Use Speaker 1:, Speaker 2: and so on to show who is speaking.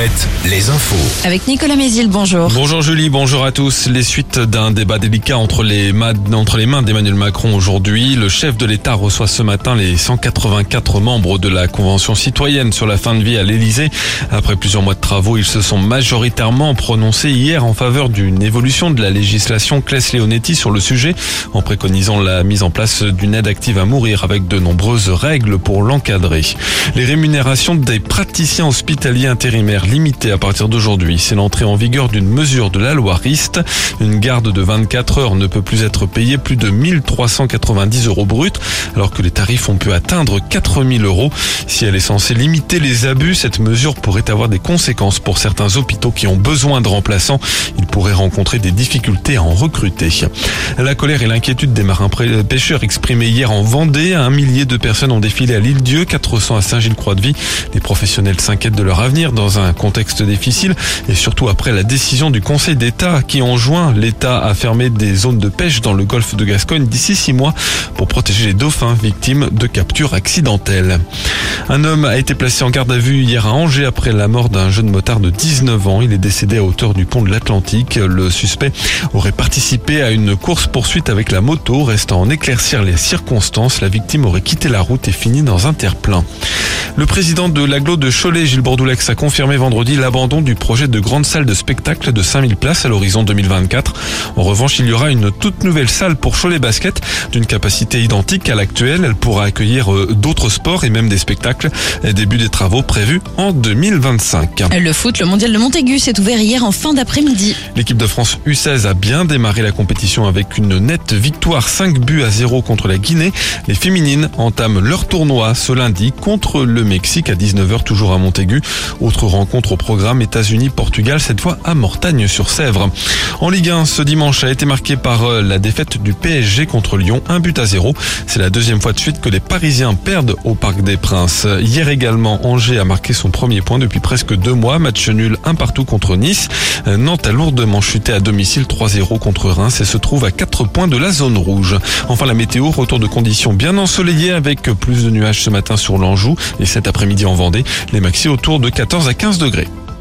Speaker 1: Planète, les infos.
Speaker 2: Avec Nicolas Mézil, bonjour.
Speaker 3: Bonjour Julie, bonjour à tous. Les suites d'un débat délicat entre les mains d'Emmanuel Macron aujourd'hui. Le chef de l'État reçoit ce matin les 184 membres de la Convention citoyenne sur la fin de vie à l'Elysée. Après plusieurs mois de travaux, ils se sont majoritairement prononcés hier en faveur d'une évolution de la législation Claes-Leonetti sur le sujet, en préconisant la mise en place d'une aide active à mourir avec de nombreuses règles pour l'encadrer. Les rémunérations des praticiens hospitaliers intérimaires limitées à partir d'aujourd'hui. C'est l'entrée en vigueur d'une mesure de la loi Rist. Une garde de 24 heures ne peut plus être payée plus de 1390 € brut, alors que les tarifs ont pu atteindre 4000 €. Si elle est censée limiter les abus, cette mesure pourrait avoir des conséquences pour certains hôpitaux qui ont besoin de remplaçants. Ils pourraient rencontrer des difficultés à en recruter. La colère et l'inquiétude des marins pêcheurs exprimées hier en Vendée. 1 millier de personnes ont défilé à l'Île-Dieu, 400 à Saint-Gilles-Croix-de-Vie. Les professionnels s'inquiètent de leur avenir dans un contexte difficile et surtout après la décision du Conseil d'État qui enjoint l'État à fermer des zones de pêche dans le golfe de Gascogne d'ici 6 mois pour protéger les dauphins victimes de captures accidentelles. Un homme a été placé en garde à vue hier à Angers après la mort d'un jeune motard de 19 ans. Il est décédé à hauteur du pont de l'Atlantique. Le suspect aurait participé à une course-poursuite avec la moto. Restant en éclaircir les circonstances, la victime aurait quitté la route et fini dans un terre-plein. Le président de l'agglo de Cholet, Gilles Bourdoulex, a confirmé vendredi l'abandon du projet de grande salle de spectacle de 5000 places à l'horizon 2024. En revanche, il y aura une toute nouvelle salle pour Cholet Basket d'une capacité identique à l'actuelle. Elle pourra accueillir d'autres sports et même des spectacles. Début des travaux prévus en 2025.
Speaker 2: Le foot, le mondial de Montaigu s'est ouvert hier en fin d'après-midi.
Speaker 3: L'équipe de France U16 a bien démarré la compétition avec une nette victoire 5-0 contre la Guinée. Les féminines entament leur tournoi ce lundi contre le Mexique à 19h toujours à Montaigu. Autre rencontre au programme États-Unis-Portugal, cette fois à Mortagne-sur-Sèvre. En Ligue 1, ce dimanche a été marqué par la défaite du PSG contre Lyon, 1-0. C'est la deuxième fois de suite que les Parisiens perdent au Parc des Princes. Hier également, Angers a marqué son premier point depuis presque 2 mois. Match nul 1-1 contre Nice. Nantes a lourdement chuté à domicile 3-0 contre Reims et se trouve à 4 points de la zone rouge. Enfin la météo, retour de conditions bien ensoleillées avec plus de nuages ce matin sur l'Anjou et cet après-midi en Vendée. Les maxi autour de 14 à 15 degrés.